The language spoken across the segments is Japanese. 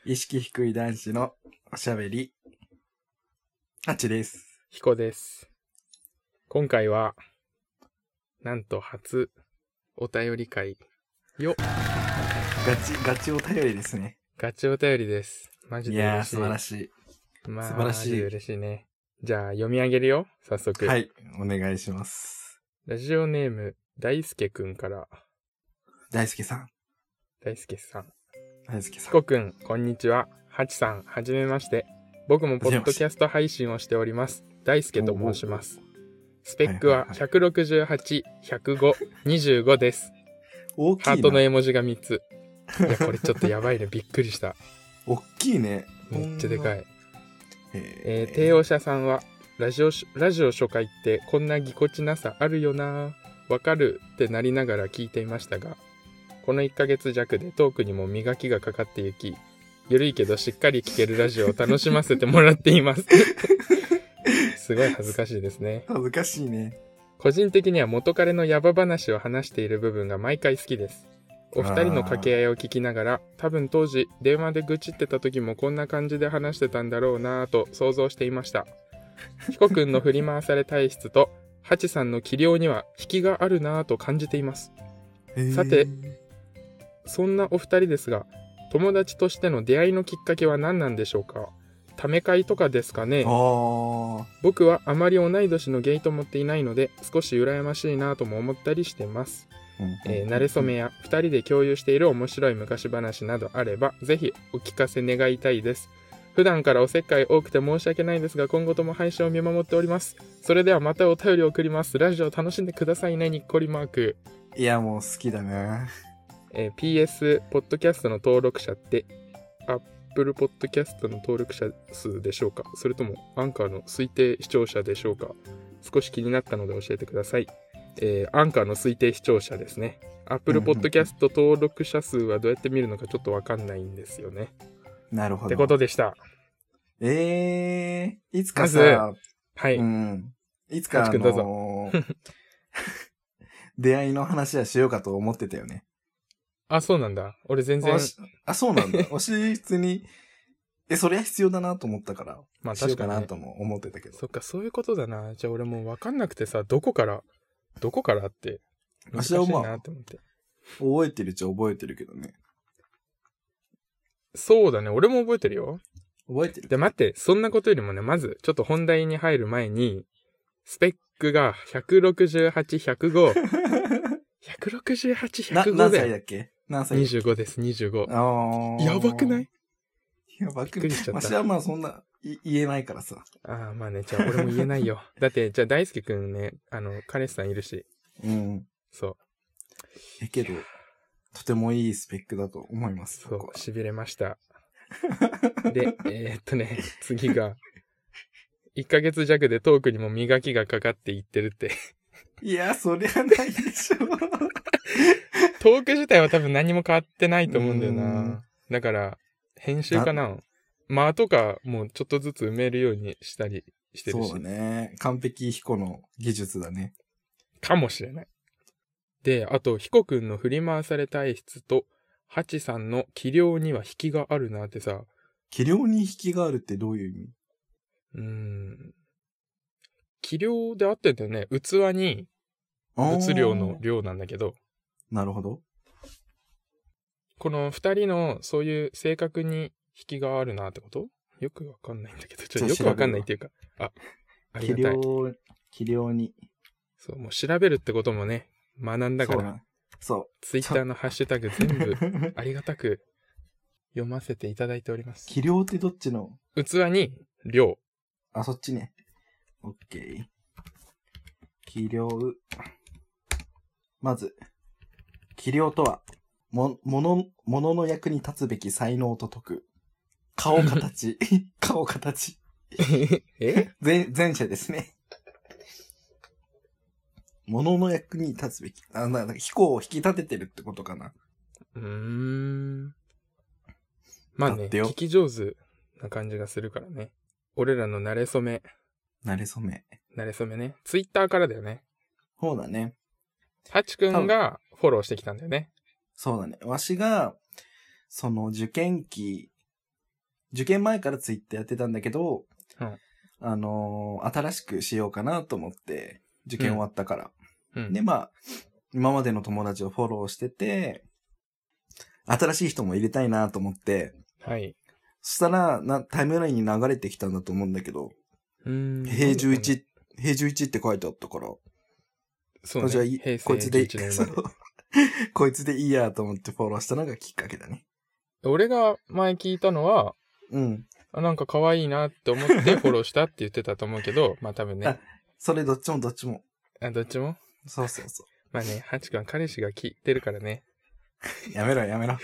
意識低い男子のおしゃべり、ハチです。 ヒコです。今回は、なんと初お便り会よ。 ガチお便りですね。 ガチお便りです。マジで嬉しい。 いやー、素晴らしい。 まあ、 素晴らしい。 マジで嬉しいね。じゃあ、読み上げるよ。早速。 はい、お願いします。 ラジオネーム、大輔くんから。 大輔さん。 大輔さん。ヒ大輔さん。 コくん、こんにちは。ハチさん、はじめまして。僕もポッドキャスト配信をしております。大輔と申します。スペックは168、105、25です。 大きいな。 ハートの絵文字が3つ。いや、これちょっとやばいね。びっくりした。 大きいね。 めっちゃでかい。 帝帝王者さんはラジオ初回ってこんなぎこちなさあるよな、わかるってなりながら聞いていましたが、この1ヶ月弱でトークにも磨きがかかってゆき、ゆるいけどしっかり聞けるラジオを楽しませてもらっています。すごい恥ずかしいですね。 恥ずかしいね。 個人的には元彼のヤバ話を話している部分が毎回好きです。お二人の掛け合いを聞きながら、多分当時電話で愚痴ってた時もこんな感じで話してたんだろうなぁと想像していました。ヒコくんの振り回され体質とハチさんの器量には引きがあるなぁと感じています。さて、そんなお二人ですが、友達としての出会いのきっかけは何なんでしょうか。ため会とかですかね。僕はあまり同い年のゲイと思っていないので、少し羨ましいなぁとも思ったりしてます。慣れ初めや2人で共有している面白い昔話などあればぜひお聞かせ願いたいです。普段からおせっかい多くて申し訳ないですが今後とも配信を見守っております。それではまたお便りを送ります。ラジオ楽しんでくださいね。にっこりマーク。 いやもう好きだな。 PS ポッドキャストの登録者ってApple ポッドキャストの登録者数でしょうか、それともアンカーの推定視聴者でしょうか。少し気になったので教えてください。アンカーの推定視聴者ですね。Apple Podcast 登録者数はどうやって見るのかちょっとわかんないんですよね。 なるほど。 ってことでした。 いつかさ、 まず、はい。 いつかどうぞ出会いの話はしようかと思ってたよね。 あ、そうなんだ。俺全然。 そうなんだ。わし、普通に、それは必要だなと思ったから、 まあしよう確かに、ね、 かなとも思ってたけど。 そっか、そういうことだな。じゃあ俺もうわかんなくてさ、どこからって難しいなって思って。 覚えてるっちゃ覚えてるけどね。 そうだね。俺も覚えてるよ。 覚えてる。 で、待って、そんなことよりもね、まず、ちょっと本題に入る前に、スペックが168、105。168、105 何歳だっけ？何歳 ？25です、25。やばくない？ やばくない？びっくりしちゃった。 わしはまあそんな、言えないからさ。 ああ、まあね、じゃあ俺も言えないよ。だって、じゃあ大輔くんね、彼氏さんいるし。 うん。 そう。 けど、とてもいいスペックだと思います。 そう、痺れました。で、次が、1ヶ月弱でトークにも磨きがかかっていってるって。 いや、そりゃないでしょ。 トーク自体は多分何も変わってないと思うんだよな。だから、編集かな。間とかもうちょっとずつ埋めるようにしたりしてるし。 そうだね。完璧ヒコの技術だね。 かもしれない。で、あと、ヒコくんの振り回され体質と、ハチさんの器量には引きがあるなってさ。 器量に引きがあるってどういう意味？ 器量であってんだよね。器に、物量の量なんだけど。 なるほど。 この二人のそういう性格に引きがあるなってこと？よくわかんないんだけど、よくわかんないっていうか、ありがたい。 器量に。 そう、もう調べるってこともね、学んだから。 そう。 ツイッターのハッシュタグ全部ありがたく読ませていただいております。 器量ってどっちの？ 器に量。 あ、そっちね。オッケー。器量。まず、器量とは、ものの役に立つべき才能と徳。顔形。顔形。前者ですね。ものの役に立つべき。飛行を引き立ててるってことかな。 まあね、聞き上手な感じがするからね。俺らの慣れ初め。慣れ初めね。ツイッターからだよね。 そうだね。 ハチくんがフォローしてきたんだよね。 そうだね。わしが、その受験期受験前からツイッターやってたんだけど、 うん。 新しくしようかなと思って、受験終わったから。 うん。 で、まあ、今までの友達をフォローしてて、新しい人も入れたいなと思って、 はい。 そしたら、タイムラインに流れてきたんだと思うんだけど、平11って書いてあったから、 そうね。 じゃあ平成こいつで 11年生まれ。 こいつでいいやと思ってフォローしたのがきっかけだね。 俺が前聞いたのは、 うん。 なんか可愛いなって思ってフォローしたって言ってたと思うけど、まあ多分ね。 それどっちも。 どっちもそうそうそう。 まあね、ハチ君は彼氏が聞いてるからね。 やめろ。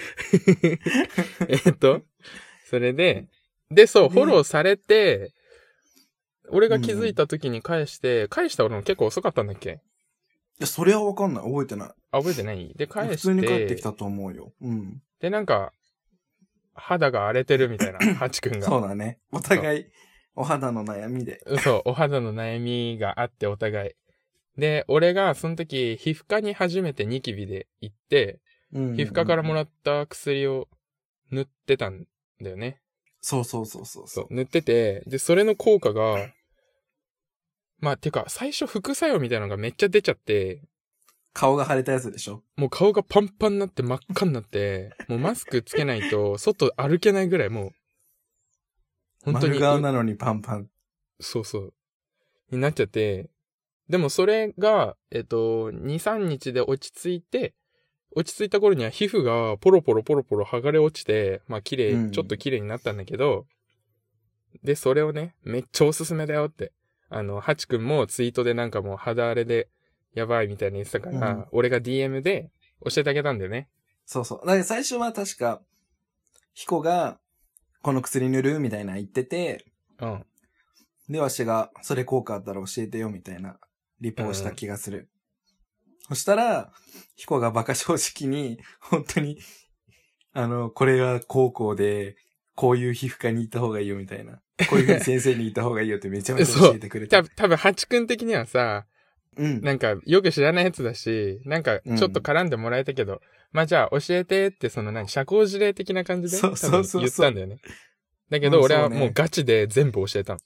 それで、そう、フォローされて、俺が気づいた時に返した俺も結構遅かったんだっけ？ いや、それはわかんない。覚えてない。 覚えてない？で、返して。 普通に帰ってきたと思うよ。うん。 で、なんか、肌が荒れてるみたいな、ハチ君が。 そうだね。お互い、お肌の悩みで。 そう、お肌の悩みがあってお互い。で、俺がその時、皮膚科に初めてニキビで行って、皮膚科からもらった薬を塗ってたんだよね。 そう。 塗ってて、で、それの効果が、まあ、てか、最初副作用みたいなのがめっちゃ出ちゃって、 顔が腫れたやつでしょ？ もう顔がパンパンになって真っ赤になって、もうマスクつけないと外歩けないぐらいもう、 本当に。丸顔なのにパンパン。 そう。になっちゃって、でもそれが、2、3日で落ち着いた頃には皮膚がポロポロ剥がれ落ちて、まあちょっと綺麗になったんだけど、で、それをね、めっちゃおすすめだよって。ハチ君もツイートでなんかもう肌荒れでやばいみたいに言ってたから、俺が DM で教えてあげたんだよね。 そう。だから最初は確か、ヒコが、この薬塗るみたいな言ってて、 うん。 で、わしが、それ効果あったら教えてよみたいな、リポをした気がする。そしたら、ヒコがバカ正直に、本当に、これが高校で、こういう皮膚科に行った方がいいよみたいな。こういう先生に行った方がいいよってめちゃめちゃ教えてくれて。 多分、ハチ君的にはさ、なんか、よく知らないやつだし、なんか、ちょっと絡んでもらえたけど、まあ、じゃあ、教えてって、社交辞令的な感じで、多分言ったんだよね。だけど、俺はもうガチで全部教えた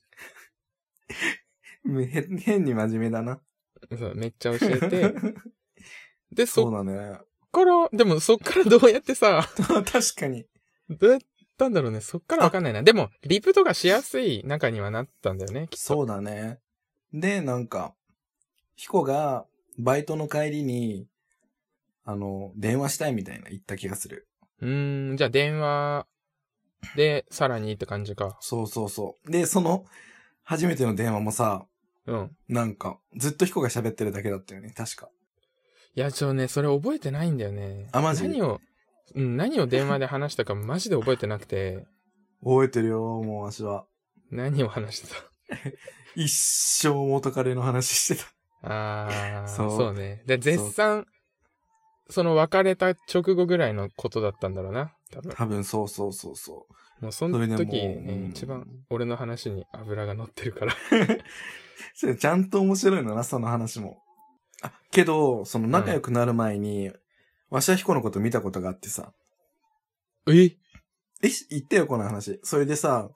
の。変に真面目だな。 そう、めっちゃ教えて。で、 そうだね。 でもそっからどうやってさ、 確かに。 どうやったんだろうね。そっからわかんないな。でも、リプとかしやすい中にはなったんだよね、きっと。 そうだね。で、なんか、ヒコが、バイトの帰りに、電話したいみたいな言った気がする。 じゃあ電話で、さらにって感じか。 そう。で、初めての電話もさ、なんか、ずっとヒコが喋ってるだけだったよね、確か。 いや、それ覚えてないんだよね。 マジ？ 何を電話で話したかマジで覚えてなくて。 覚えてるよ、もうわしは。 何を話してた？ 一生元彼の話してた。そうね。で、絶賛、別れた直後ぐらいのことだったんだろうな。 多分そう。 もうその時ね、一番俺の話に油が乗ってるから。 ちゃんと面白いのな、その話も。けど、仲良くなる前に、わしはヒコのこと見たことがあってさ。 言ってよ、この話。それでさ、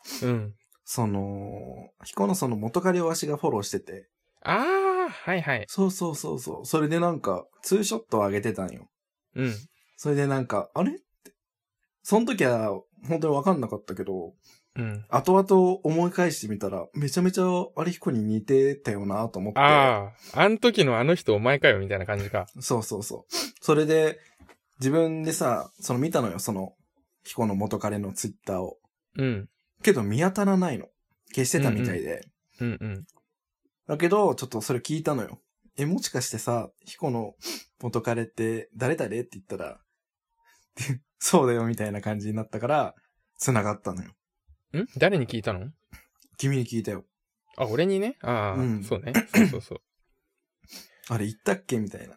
ヒコの元彼をわしがフォローしてて。 はい。 そう。それでなんか、ツーショットを上げてたんよ。それでなんか、あれって。その時は、本当にわかんなかったけど、後々思い返してみたら、めちゃめちゃあれヒコに似てたよなと思って。 あの時のあの人お前かよみたいな感じか。 そう。それで、自分でさ、見たのよ、ヒコの元彼のツイッターを。けど見当たらないの。消してたみたいで。だけど、ちょっとそれ聞いたのよ。もしかしてさ、ヒコの元彼って誰って言ったら、そうだよみたいな感じになったから、繋がったのよ。 誰に聞いたの？ 君に聞いたよ。 俺にね。そうね。そう。 あれ言ったっけみたいな。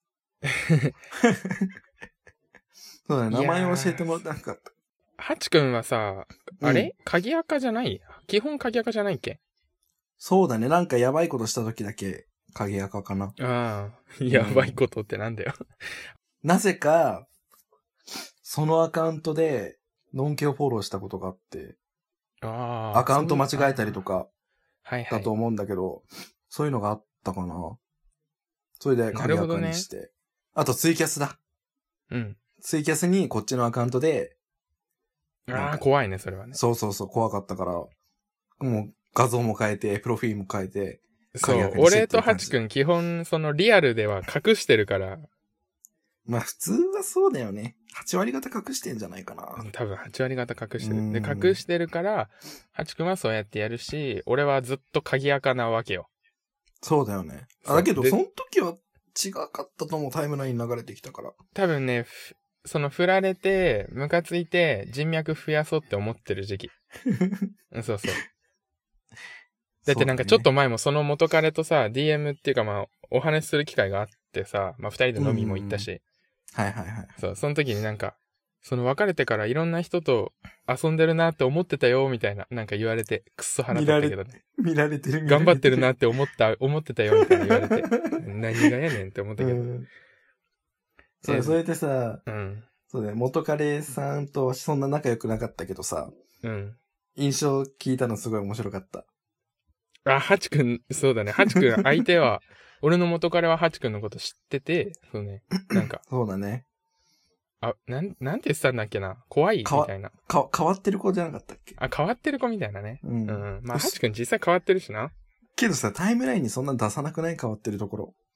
そうだね。名前教えてもらってなかった。 ハチ君はさ、あれ鍵垢じゃない？基本鍵垢じゃないっけ？ そうだね。なんかやばいことした時だけ鍵垢かな。 やばいことってなんだよ。 なぜか、そのアカウントで、ノンケをフォローしたことがあって。 アカウント間違えたりとかはいはい。 だと思うんだけど、そういうのがあったかな。それで鍵アカにして。ね、あとツイキャスだ。 うん。 ツイキャスにこっちのアカウントで、 怖いね、それはね。 そうそうそう、怖かったから、もう画像も変えて、プロフィールも変えて、 そう、俺とハチ君基本、そのリアルでは隠してるから。 まあ普通はそうだよね。8割方隠してんじゃないかな。 多分8割方隠してる。で、隠してるから、ハチ君はそうやってやるし、俺はずっと鍵垢なわけよ。 そうだよね。だけど、その時は違かったと思う、タイムライン流れてきたから。 多分ね、その振られて、ムカついて、人脈増やそうって思ってる時期。そうそう。だってなんかちょっと前もその元彼とさ、DM っていうかまあ、お話しする機会があってさ、まあ二人で飲みも行ったし。 はいはいはい。 そう、その時になんか、その別れてからいろんな人と遊んでるなって思ってたよ、みたいな、なんか言われて、くっそ腹立ったけどね。 見られてる。 頑張ってるなって思ってたよ、みたいな言われて。何がやねんって思ったけど。 それでさ、 うん。 そうだよ、元彼さんとそんな仲良くなかったけどさ、 うん。 印象聞いたのすごい面白かった。 ハチ君、そうだね。ハチ君、相手は、俺の元彼はハチ君のこと知ってて、そうね。なんか。 そうだね。 なんて言ってたんだっけな。怖いみたいな。 変わってる子じゃなかったっけ？ 変わってる子みたいなね。 うん。 まあ、ハチ君実際変わってるしな。 けどさ、タイムラインにそんな出さなくない？変わってるところ。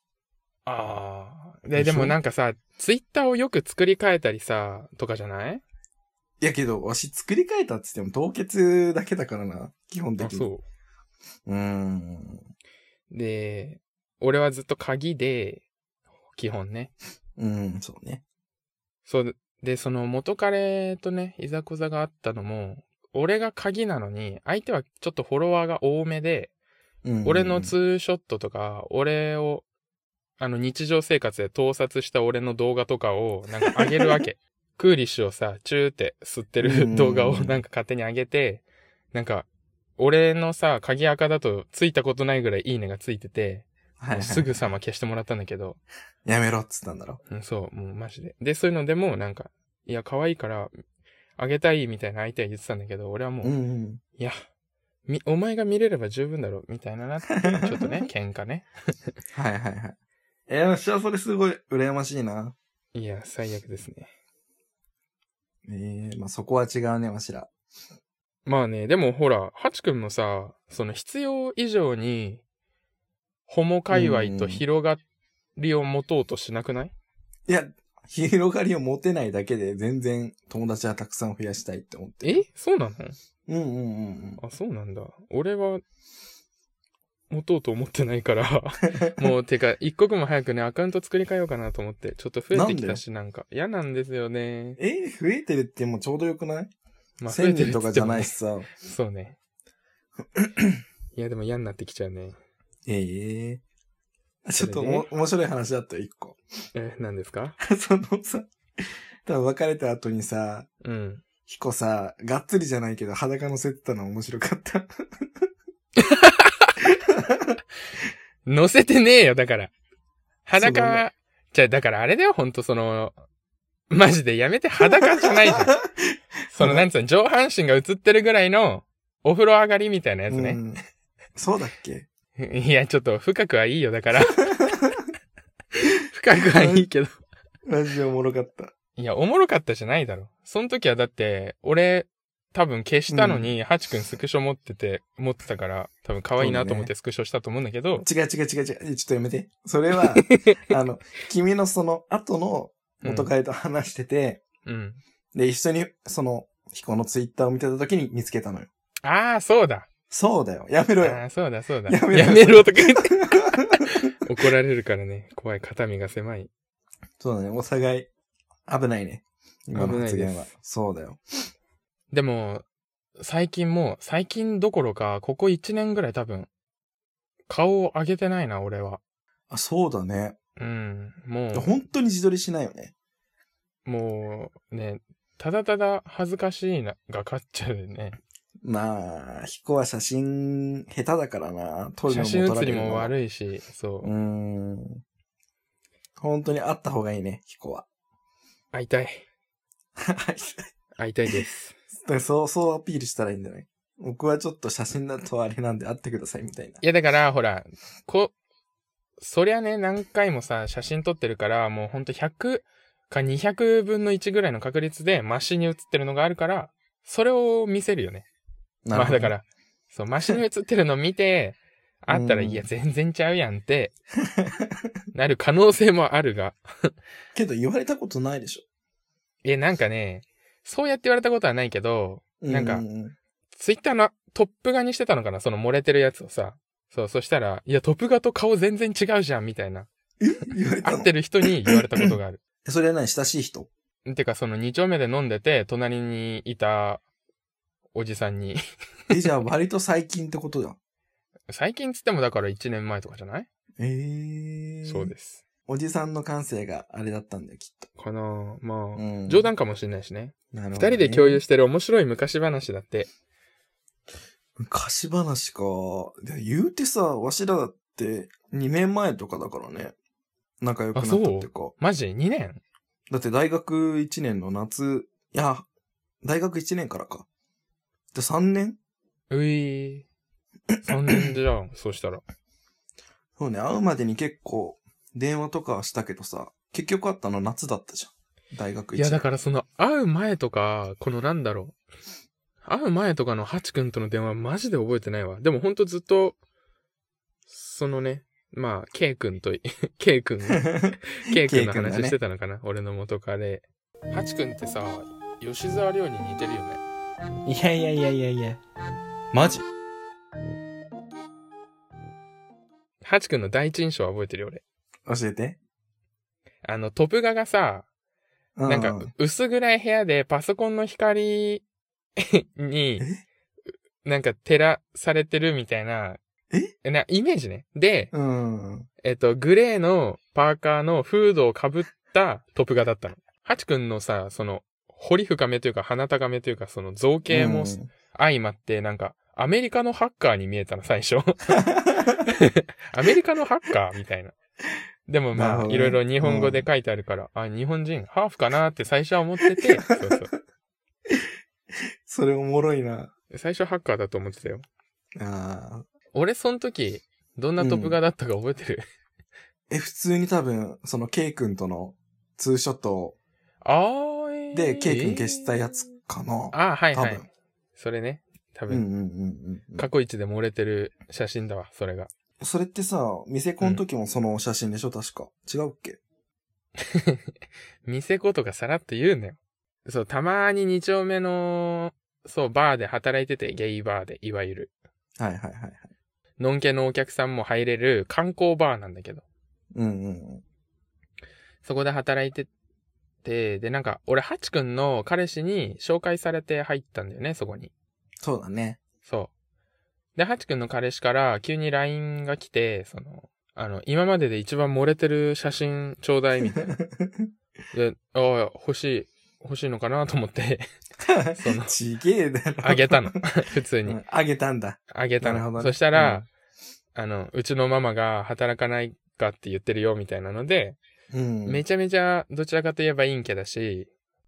でもなんかさ、ツイッターをよく作り変えたりさ、とかじゃない？ いやけど、わし作り変えたって言っても凍結だけだからな。基本的に。 そう。で、俺はずっと鍵で、基本ね。 そうね。 そう、で、その元彼とね、いざこざがあったのも、俺が鍵なのに、相手はちょっとフォロワーが多めで、俺のツーショットとか、俺を、日常生活で盗撮した俺の動画とかを、なんか上げるわけ。クーリッシュをさ、チューって吸ってる動画をなんか勝手に上げて、なんか、俺のさ、鍵垢だとついたことないぐらいいいねがついてて、すぐさま消してもらったんだけど。 やめろっつったんだろ。 そう、もうマジで。で、そういうのでもなんか、いや、可愛いから、あげたいみたいな相手は言ってたんだけど、俺はもう、いや、お前が見れれば十分だろ、みたいなって、ちょっとね、喧嘩ね。 はいはいはい。わしはそれすごい羨ましいな。 いや、最悪ですね。 まあそこは違うね、わしら。 まあね、でもほら、ハチ君もさ、その必要以上に、ホモ界隈と広がりを持とうとしなくない？ いや、広がりを持てないだけで全然友達はたくさん増やしたいって思って。 そうなの？そうなんだ。俺は、持とうと思ってないから、もうてか、一刻も早くね、アカウント作り変えようかなと思って、ちょっと増えてきたし、なんか、嫌なんですよね。 増えてるってもうちょうどよくない？ まあ、 1000人とかじゃないしさ。 そうね。いや、でも嫌になってきちゃうね。 ちょっと面白い話だったよ、一個。 何ですか？ そのさ、多分別れた後にさ、ヒコさ、がっつりじゃないけど裸乗せてたの面白かった。 乗せてねえよ、だから。裸、だからあれだよ、ほんとマジでやめて、裸じゃないじゃん。なんつうの、上半身が映ってるぐらいの、お風呂上がりみたいなやつね。 そうだっけ？ いや、ちょっと深くはいいよ、だから。深くはいいけど。 マジでおもろかった。 いや、おもろかったじゃないだろ。その時はだって、俺、多分消したのに、ハチ君スクショ持ってたから、多分可愛いなと思ってスクショしたと思うんだけど。 違う。ちょっとやめて。それは、君のその後の元彼と話してて、で、一緒にヒコのツイッターを見てた時に見つけたのよ。 そうだ。 そうだよ。やめろよ。 そうだ。やめろとか言って。怒られるからね。怖い。肩身が狭い。 そうだね。お互い、危ないね。今の発言は。そうだよ。 でも、最近どころか、ここ1年ぐらい多分、顔を上げてないな、俺は。 そうだね。 もう。 本当に自撮りしないよね。 もう、ね、ただただ恥ずかしいな、が勝っちゃうよね。 まあ、ヒコは写真下手だからな。 写真写りも悪いし、そう。 本当に会った方がいいね、ヒコは。 会いたい。会いたいです。 らそうアピールしたらいいんじゃない？僕はちょっと写真だとあれなんで会ってくださいみたいな。 いやだからほら、そりゃね、何回もさ、写真撮ってるから、もうほんと100か200分の1ぐらいの確率でマシに写ってるのがあるから、それを見せるよね。まあだから、そう、マシに写ってるの見て、あったら、いや、全然ちゃうやんって、なる可能性もあるが。 けど言われたことないでしょ。 なんかね、そうやって言われたことはないけど、なんか、 うんツイッターのトップ画にしてたのかな、その漏れてるやつをさ。そう、そしたら、いや、トップ画と顔全然違うじゃん、みたいな。 言われたの？ 会ってる人に言われたことがある。 それは何？親しい人？ てか、その2丁目で飲んでて、隣にいたおじさんに。 じゃあ割と最近ってことだ。 最近つってもだから1年前とかじゃない？そうです。 おじさんの感性があれだったんだよ、きっと。 かなまあ、冗談かもしれないしね。 なるほどね。 二人で共有してる面白い昔話だって。 昔話か。言うてさ、わしらだって2年前とかだからね。仲良くなったっていうか。 マジ ?2 年？ だって大学1年の夏、いや、大学1年からか。で、3年 3年じゃん、そうしたら。 そうね、会うまでに結構電話とかはしたけどさ、結局会ったの夏だったじゃん。大学1年。 いや、だからその、会う前とか、なんだろう。会う前とかのハチ君との電話マジで覚えてないわ。でもほんとずっと、そのね、まあ、K 君の話してたのかな、俺の元カレ。ハチ君ってさ、吉沢亮に似てるよね。 いや。マジ？ ハチ君の第一印象は覚えてるよ、 教えて。 トプガがさ、なんか、薄暗い部屋でパソコンの光に、なんか照らされてるみたいな、イメージね。で、グレーのパーカーのフードを被ったトプガだったの。ハチ君のさ、その、彫り深めというか鼻高めというか、その造形も相まって、なんか、アメリカのハッカーに見えたの、最初。アメリカのハッカーみたいな。でもまあ、いろいろ日本語で書いてあるから、日本人、ハーフかなって最初は思ってて、そう。 それおもろいな。 最初ハッカーだと思ってたよ。俺その時、どんなトップガだったか覚えてる？ 普通に多分、その K 君とのツーショットで K 君消したやつかな。 はい。それね。多分。過去一で漏れてる写真だわ、それが。 それってさ、店子の時もその写真でしょ、確か。違うっけ？ 店子とかさらっと言うんだよ。そう、たまーに2丁目の、そう、バーで働いてて、ゲイバーで、いわゆる。 はい。 のんけのお客さんも入れる観光バーなんだけど。そこで働いてて、で、なんか、俺、ハチ君の彼氏に紹介されて入ったんだよね、そこに。 そうだね。 そう。で、ハチ君の彼氏から急に LINE が来て、今までで一番漏れてる写真ちょうだいみたいな。で、欲しいのかなと思って、 ちげえだろ。 あげたの。普通に。 あげたんだ。 あげたの。そしたら、うちのママが働かないかって言ってるよみたいなので、めちゃめちゃどちらかといえば陰キャだし、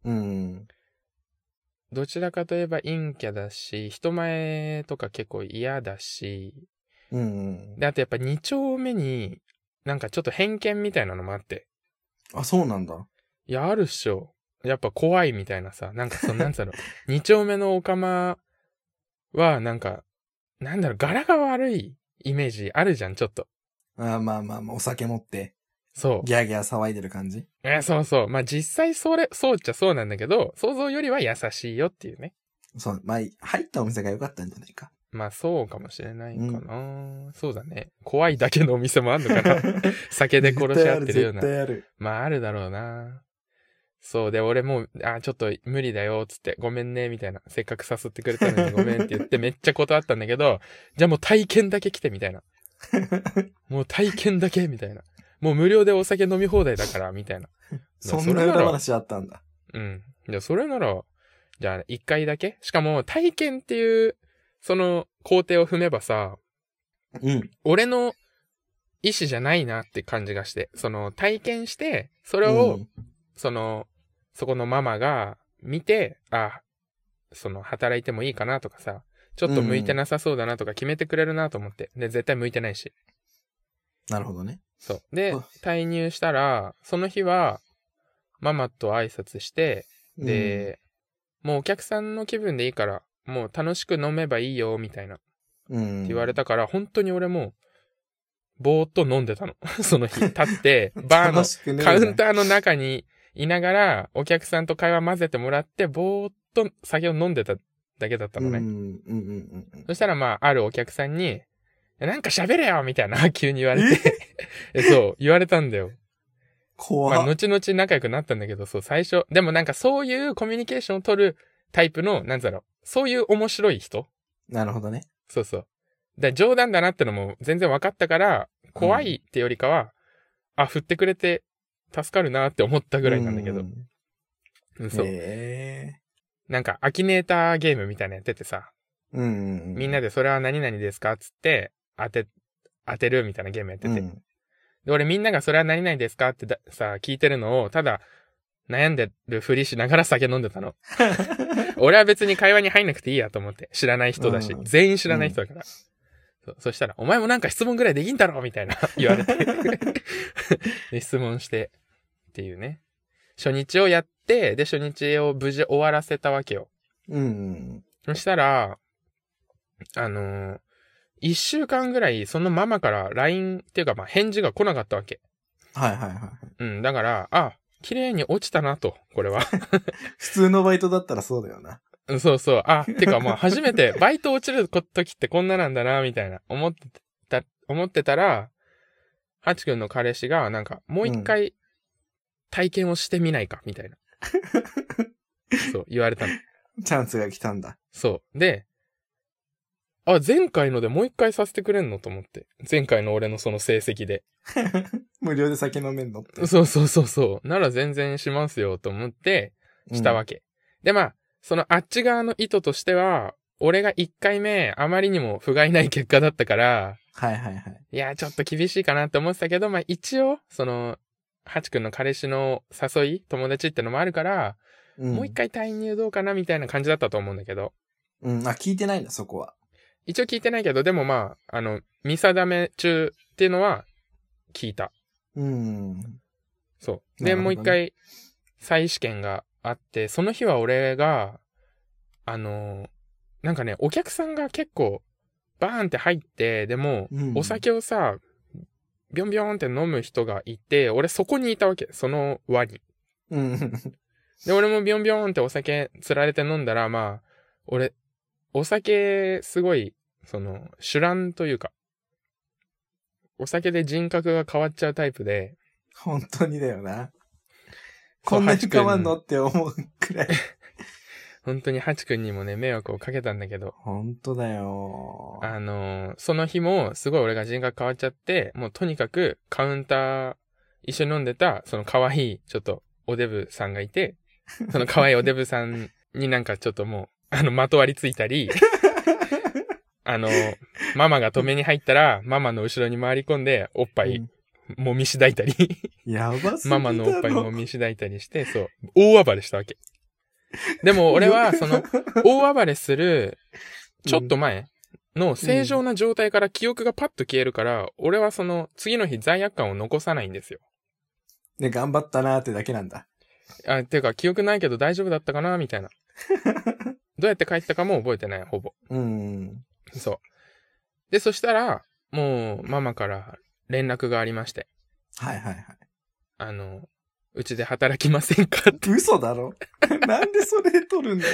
どちらかといえば陰キャだし、人前とか結構嫌だし、で、あとやっぱ2丁目に、なんかちょっと偏見みたいなのもあって。 あ、そうなんだ。 いや、あるっしょ。やっぱ怖いみたいなさ、なんかなんつうの、2丁目のオカマは、なんか、なんだろう、柄が悪いイメージあるじゃん、ちょっと。 まあ、お酒持って。 そう。 ギャーギャー騒いでる感じ？ そう。まあ、実際そうっちゃそうなんだけど、想像よりは優しいよっていうね。 そう、まあ、入ったお店が良かったんじゃないか。 まあ、そうかもしれないかな。そうだね。怖いだけのお店もあんのかな。酒で殺し合ってるような。 絶対ある。 まあ、あるだろうな。そうで、俺もう、ちょっと無理だよ、つって、ごめんね、みたいな。せっかく誘ってくれたのにごめんって言ってめっちゃ断ったんだけど、じゃあもう体験だけ来て、みたいな。もう体験だけ、みたいな。もう無料でお酒飲み放題だから、みたいな。 そんな裏話あったんだ。 じゃあそれなら、じゃあ一回だけ？しかも体験っていう、その工程を踏めばさ、俺の意思じゃないなって感じがして、体験して、それを、そこのママが見て、 その、働いてもいいかなとかさ、ちょっと向いてなさそうだなとか決めてくれるなと思って。で、絶対向いてないし。 なるほどね。 そう。でうん、 退入したら、その日は、ママと挨拶して、で、もうお客さんの気分でいいから、もう楽しく飲めばいいよ、みたいな。って言われたから、本当に俺も、ぼーっと飲んでたの。その日、立って、バーのカウンターの中にいながら、お客さんと会話混ぜてもらって、ぼーっと酒を飲んでただけだったのね。そしたらまあ、あるお客さんに、なんか喋れよみたいな、急に言われて。そう、言われたんだよ。 怖っ。 まあ、後々仲良くなったんだけど、そう、最初。でもなんかそういうコミュニケーションを取るタイプの、なんだろう、そういう面白い人。 なるほどね。 そうそう。で、冗談だなってのも全然分かったから、怖いってよりかは、振ってくれて助かるなって思ったぐらいなんだけど。そう。なんか、アキネーターゲームみたいなのやっててさ。みんなでそれは何々ですかつって、当てるみたいなゲームやってて。で、俺みんながそれは何々ですかってさ、聞いてるのを、ただ、悩んでるふりしながら酒飲んでたの。俺は別に会話に入んなくていいやと思って。知らない人だし。全員知らない人だから。そしたら、お前もなんか質問ぐらいできんだろみたいな言われてで。質問して、っていうね。初日をやって、で、初日を無事終わらせたわけよ。そしたら、1週間ぐらい、そのママから LINE っていうか、まあ、返事が来なかったわけ。だから、綺麗に落ちたなと、これは。 普通のバイトだったらそうだよな。 そうそう。てかまあ初めてバイト落ちる時ってこんななんだな、みたいな思ってたら、ハチ君の彼氏がなんかもう一回体験をしてみないか、みたいな。そう、言われたの。 チャンスが来たんだ。 そう。で、前回のでもう一回させてくれんのと思って。前回の俺のその成績で。 無料で酒飲めんのって。 そう。なら全然しますよ、と思って、したわけ。で、まあ、そのあっち側の意図としては、俺が1回目、あまりにも不甲斐ない結果だったから、いや、ちょっと厳しいかなって思ってたけど、まあ一応、その、ハチ君の彼氏の誘い、友達ってのもあるから、もう一回退入どうかなみたいな感じだったと思うんだけど。 聞いてないんだ、そこは。 一応聞いてないけど、でもまあ、見定め中っていうのは聞いた。そう。で、もう一回、再試験があって、その日は俺が、なんかね、お客さんが結構、バーンって入って、でも、お酒をさ、ビョンビョンって飲む人がいて、俺そこにいたわけ、その輪に。で、俺もビョンビョンってお酒釣られて飲んだら、まあ、俺、お酒、すごい、酒乱というか、お酒で人格が変わっちゃうタイプで。 本当にだよな。こんなに変わんのって思うくらい。 本当にハチ君にもね、迷惑をかけたんだけど。 本当だよ。 その日も、すごい俺が人格変わっちゃって、もうとにかくカウンター、一緒に飲んでた、その可愛い、ちょっと、おデブさんがいて、その可愛いおデブさんになんかちょっともう、まとわりついたり、ママが止めに入ったら、ママの後ろに回り込んで、おっぱい、揉みしだいたり。 やばすぎだろ。 ママのおっぱい揉みしだいたりして、そう、大暴れしたわけ。でも俺は、大暴れする、ちょっと前の正常な状態から記憶がパッと消えるから、俺は次の日罪悪感を残さないんですよ。 で、頑張ったなーってだけなんだ。 ていうか、記憶ないけど大丈夫だったかなみたいな。どうやって帰ったかも覚えてない、ほぼ。そう。で、そしたら、もう、ママから連絡がありまして。うちで働きませんかって。 嘘だろなんでそれで取るんだよ。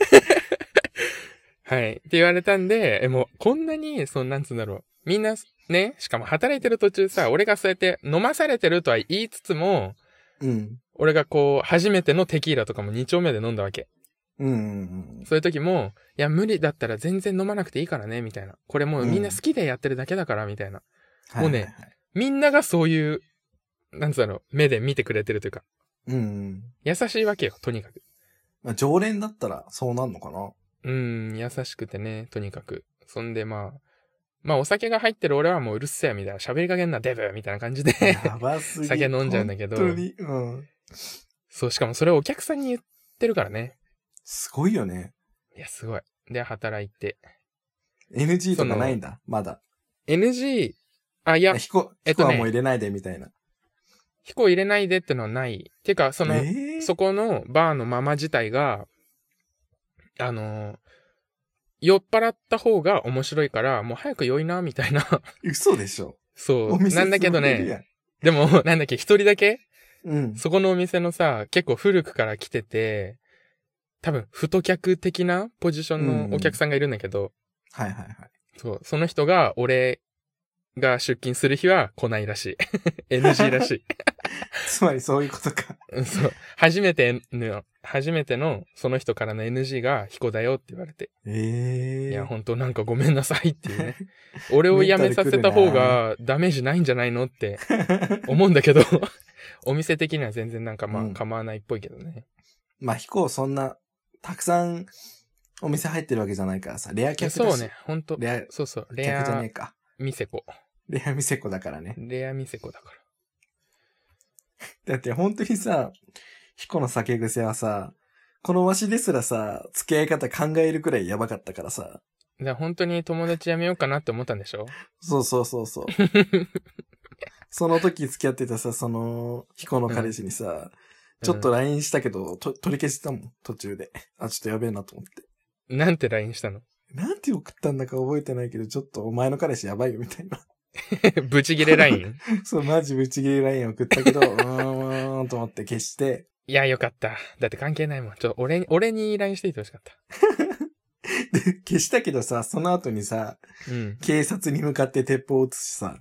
はい。って言われたんで、もう、こんなに、なんつうんだろう。みんな、ね、しかも働いてる途中さ、俺がそうやって飲まされてるとは言いつつも、俺が初めてのテキーラとかも2丁目で飲んだわけ。そういう時も、いや、無理だったら全然飲まなくていいからね、みたいな。これもうみんな好きでやってるだけだから、みたいな。もうね、みんながそういう、なんつうの、目で見てくれてるというか。優しいわけよ、とにかく。 まあ、常連だったらそうなんのかな。 優しくてね、とにかく。そんでまあお酒が入ってる俺はもううるせえみたいな、喋りかけんなデブみたいな感じでやばすぎ。 酒飲んじゃうんだけど。 本当に。 そう、しかもそれをお客さんに言ってるからね。 すごいよね。 いや、すごい。で、働いて。 NG とかないんだ、まだ。 NG、いや、 彦はもう入れないでみたいな。 彦入れないでってのはない。てか、そこのバーのママ自体が、酔っ払った方が面白いから、もう早く酔いな、みたいな。 嘘でしょ。 そう。なんだけどね、 でも、なんだっけ、一人だけうん。 そこのお店のさ、結構古くから来てて、多分、太客的なポジションのお客さんがいるんだけど、 はいはいはい。 そう。その人が、俺が出勤する日は来ないらしい。NG らしい。 つまりそういうことか。 そう。初めてのその人からの NG が彦だよって言われて。いや、本当なんかごめんなさいっていうね。俺を辞めさせた方がダメージないんじゃないのって思うんだけど、お店的には全然なんか構わないっぽいけどね。 まあ、彦そんな、たくさんお店入ってるわけじゃないからさ、レア客だし。 そうね、ほんと。そうそう、 レア客じゃねえか。 店子。 レア店子だからね。 レア店子だから。 だって本当にさ、彦の酒癖はさ、このわしですらさ、付き合い方考えるくらいやばかったからさ。 本当に友達やめようかなって思ったんでしょ？ そう。その時付き合ってたさ、彦の彼氏にさ、ちょっと LINE したけど、取り消したもん、途中で。ちょっとやべえなと思って。 なんて LINE したの？ なんて送ったんだか覚えてないけど、ちょっとお前の彼氏やばいよみたいな。 ブチギレ LINE？ そう、マジブチギレ LINE 送ったけど、と思って消して。 いや、よかった。だって関係ないもん。俺に LINE していてほしかった。 で、消したけどさ、その後にさ、警察に向かって鉄砲を撃つしさ。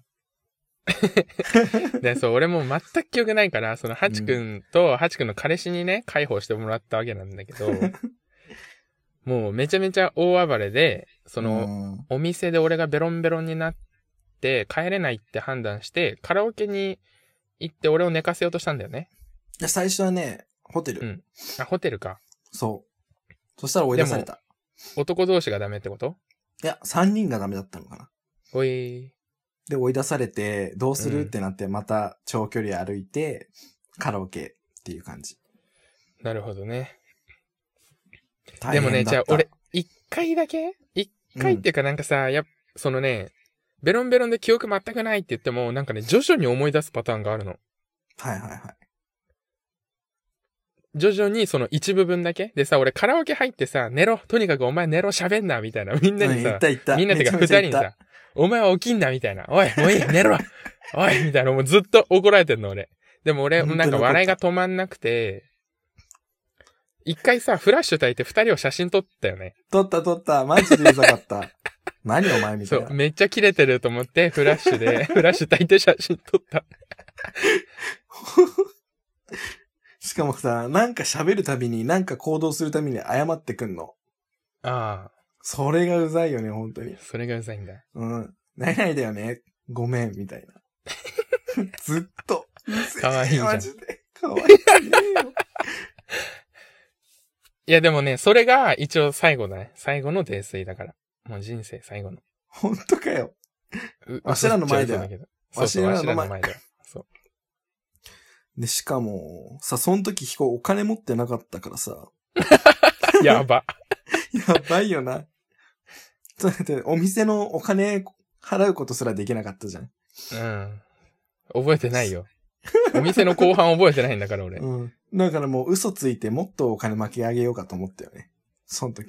で、そう、俺も全く記憶ないから、そのハチ君と、ハチ君の彼氏にね、介抱してもらったわけなんだけど、もうめちゃめちゃ大暴れで、お店で俺がベロンベロンになって帰れないって判断して、カラオケに行って俺を寝かせようとしたんだよね。 いや、最初はね、ホテル。 ホテルか。 そう。そしたら追い出された。 男同士がダメってこと？ いや、3人がダメだったのかな。で、追い出されて、どうするってなって、また長距離歩いて、カラオケっていう感じ。 なるほどね。でもね、じゃあ俺、一回っていうかなんかさ、ベロンベロンで記憶全くないって言っても、なんかね、徐々に思い出すパターンがあるの。 はい。 徐々にその一部分だけでさ、俺カラオケ入ってさ、寝ろ、とにかくお前寝ろ、喋んな、みたいな。みんなにさ、みんなってか二人にさ、お前は起きんな、みたいな。おい、もういい、寝ろおい、みたいな。もうずっと怒られてんの、俺。でも俺、なんか笑いが止まんなくて、一回さ、フラッシュ焚いて二人を写真撮ったよね。 撮った。マジでうざかった。何お前みたいな。 そう、めっちゃキレてると思って、フラッシュ焚いて写真撮った。 しかもさ、なんか喋るたびに、なんか行動するたびに謝ってくんの。 ああ。 それがうざいよね、本当に。 それがうざいんだ。 ないだよね。ごめん、みたいな。ずっと。 かわいいじゃん。 マジで。かわいいねよ。 いやでもね、それが一応最後だね。最後の泥酔だから。もう人生最後の。 本当かよ。わしらの前では。 わしらの前では。そう。 で、しかも、さ、その時お金持ってなかったからさ。 やば。 やばいよな。だってお店のお金払うことすらできなかったじゃん。 覚えてないよ。お店の後半覚えてないんだから俺。 だからもう嘘ついてもっとお金巻き上げようかと思ったよね。その時。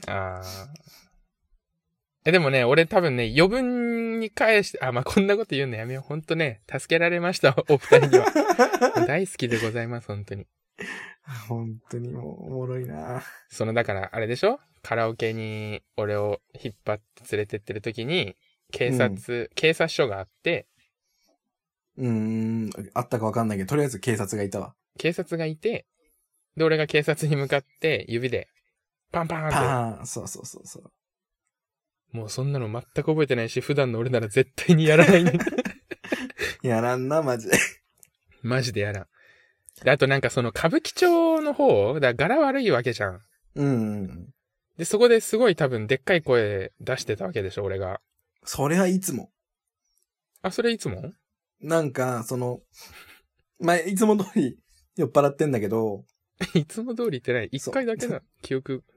でもね、俺多分ね、余分に返して、こんなこと言うのやめよう。ほんとね、助けられました、お二人には。大好きでございます、本当に。 本当にもうおもろいな。 だから、あれでしょ？カラオケに俺を引っ張って連れてってる時に、警察署があって、 あったかわかんないけど、とりあえず警察がいたわ。 警察がいて、で、俺が警察に向かって指で、パンパーンって。 パーン！そう。 もうそんなの全く覚えてないし、普段の俺なら絶対にやらないね。 やらんな、マジで。 マジでやらん。で、あとなんかその歌舞伎町の方、柄悪いわけじゃん。で、そこですごい多分でっかい声出してたわけでしょ、俺が。 それはいつも。 それいつも？ なんか、いつも通り酔っ払ってんだけど。 いつも通りってない。一回だけだ、記憶。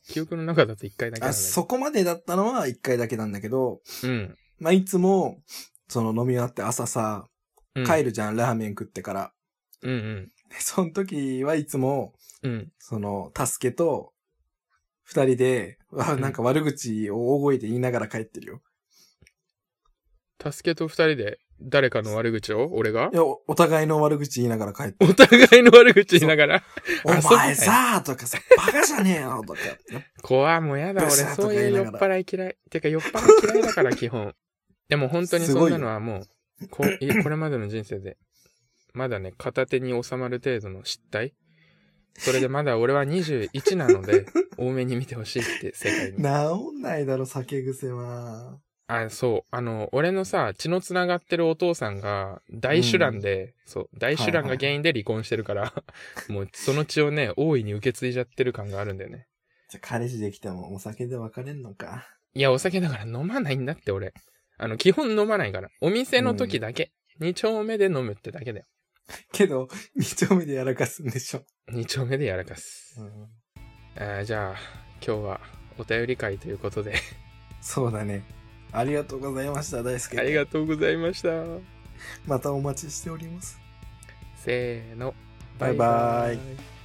記憶の中だと1回だけなんだけど。 そこまでだったのは1回だけなんだけど、 うん。 まあ、いつも、その飲み終わって朝さ、 うん、 帰るじゃん、ラーメン食ってから。 うんうん。 でその時はいつも、 うん。 その、タスケと、二人で、なんか悪口を大声で言いながら帰ってるよ。 タスケと2人で誰かの悪口を俺がいや、お互いの悪口言いながら帰ってる。 お互いの悪口言いながらお前さーとかさ、バカじゃねえよとか。 怖もうやだ、俺そういう酔っ払い嫌い。てか酔っ払い嫌いだから基本。でも本当にそんなのはもう、これまでの人生で、まだね、片手に収まる程度の失態。それでまだ俺は21なので、多めに見てほしいって世界に。 治んないだろ、酒癖は。 そう。俺のさ、血の繋がってるお父さんが、大酒乱で、そう、大酒乱が原因で離婚してるから、もうその血をね、大いに受け継いじゃってる感があるんだよね。 じゃ、彼氏できてもお酒で別れんのか。 いや、お酒だから飲まないんだって俺。基本飲まないから。お店の時だけ。2丁目で飲むってだけだよ。 けど、2丁目でやらかすんでしょ。 2丁目でやらかす。じゃあ、今日はお便り会ということで。 そうだね。ありがとうございました、大輔。 ありがとうございました。 またお待ちしております。 せーの。 バイバイ。